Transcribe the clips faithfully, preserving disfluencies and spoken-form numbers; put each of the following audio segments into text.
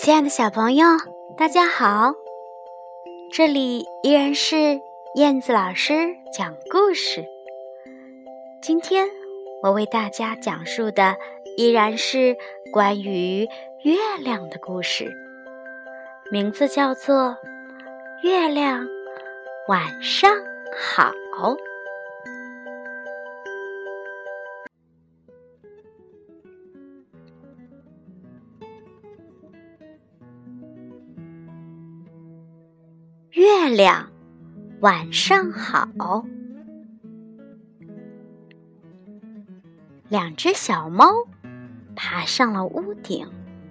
亲爱的小朋友，大家好，这里依然是燕子老师讲故事。今天我为大家讲述的依然是关于月亮的故事，名字叫做月亮晚上好。月亮晚上好。两只小猫爬上了屋顶。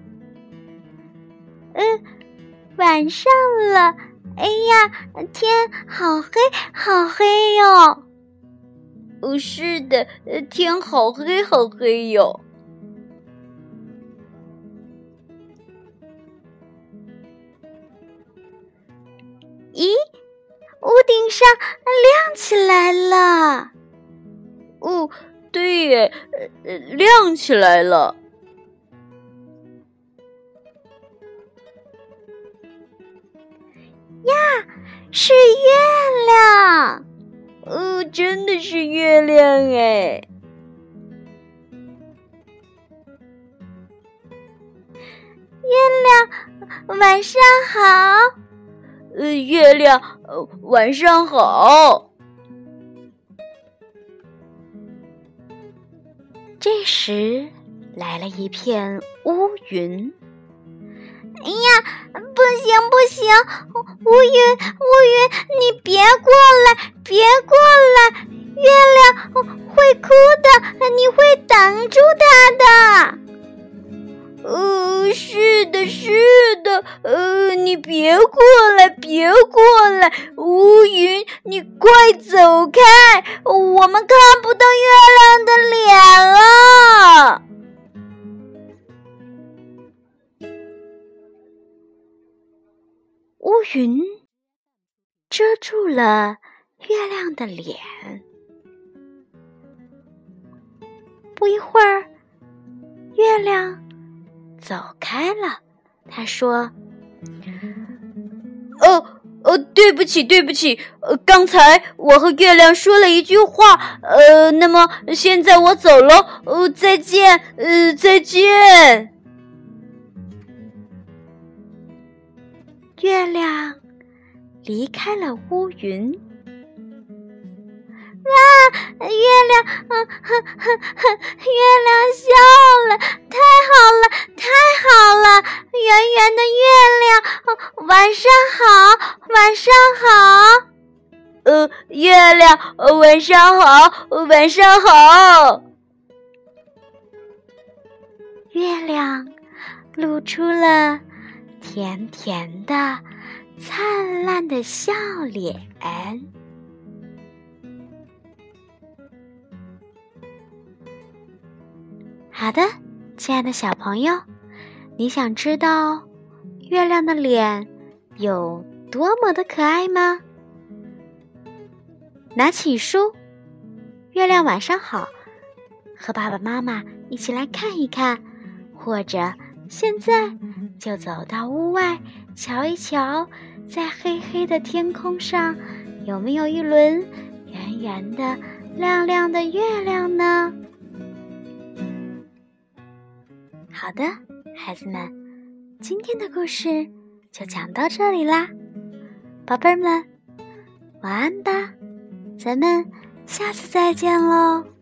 嗯，晚上了，哎呀，天好黑好黑哟。 哦，是的，天好黑好黑哟。 咦，屋顶上亮起来了。 哦，对耶，呃，亮起来了。 呀，是月亮。 哦，真的是月亮哎。 月亮晚上好。 呃，月亮，呃，晚上好。 这时来了一片乌云。哎呀，不行不行，乌云乌云，你别过来别过来，月亮会哭的，你会挡住它的。 呃，是的，是的，呃，你别过来，别过来，乌云，你快走开，我们看不到月亮的脸了。 乌云遮住了月亮的脸。不一会儿，月亮走开了，他说： 哦哦，对不起对不起，呃，刚才我和月亮说了一句话，呃，那么现在我走了，呃，再见，呃，再见。 月亮离开了乌云。啊，月亮，嗯哼哼哼，月亮笑了，太好了，太好了，圆圆的月亮，晚上好，晚上好。 呃，月亮，呃，晚上好，晚上好。 月亮露出了甜甜的、灿烂的笑脸。好的，亲爱的小朋友，你想知道月亮的脸有多么的可爱吗？拿起书《月亮晚上好》，和爸爸妈妈一起来看一看，或者现在就走到屋外瞧一瞧，在黑黑的天空上有没有一轮圆圆的亮亮的月亮呢？好的，孩子们，今天的故事就讲到这里啦，宝贝儿们，晚安吧，咱们下次再见喽。